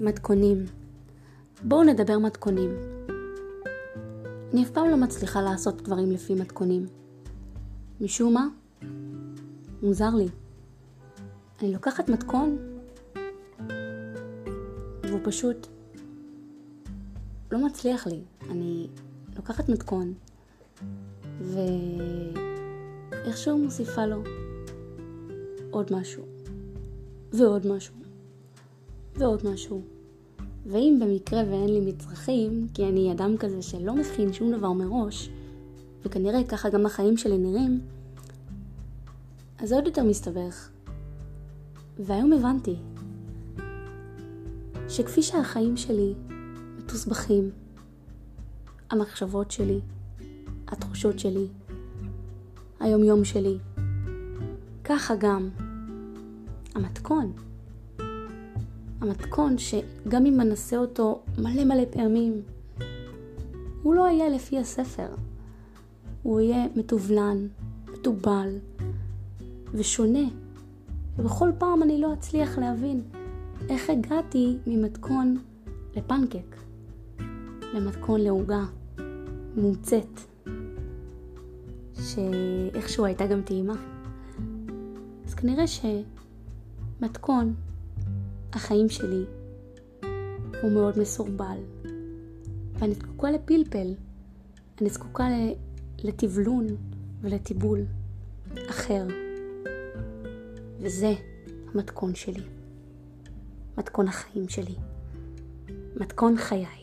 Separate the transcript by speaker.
Speaker 1: מתכונים. בואו נדבר מתכונים. אני אף פעם לא מצליחה לעשות דברים לפי מתכונים. משום מה? מוזר לי. אני לוקחת מתכון, והוא פשוט לא מצליח לי. אני לוקחת מתכון, ואיכשהו מוסיפה לו עוד משהו, ועוד משהו, ועוד משהו. ואם במקרה ואין לי מצרכים, כי אני אדם כזה שלא מכין שום דבר מראש, וכנראה ככה גם החיים שלי נראים, אז זה עוד יותר מסתבך. והיום הבנתי שכפי שהחיים שלי מתוסבכים, המחשבות שלי, התחושות שלי, היום-יום שלי, ככה גם המתכון שגם אם מנסה אותו מלא פעמים, הוא לא יהיה לפי הספר. הוא יהיה מתובלן, מתובל ושונה. ובכל פעם אני לא אצליח להבין איך הגעתי ממתכון לפנקק, למתכון לעוגה מומצאת, שאיכשהו הייתה גם טעימה. אז כנראה שמתכון החיים שלי הוא מאוד מסורבל, ואני זקוקה לפלפל, אני זקוקה לתבלון ולטיבול אחר. וזה המתכון שלי, מתכון החיים שלי, מתכון חיי.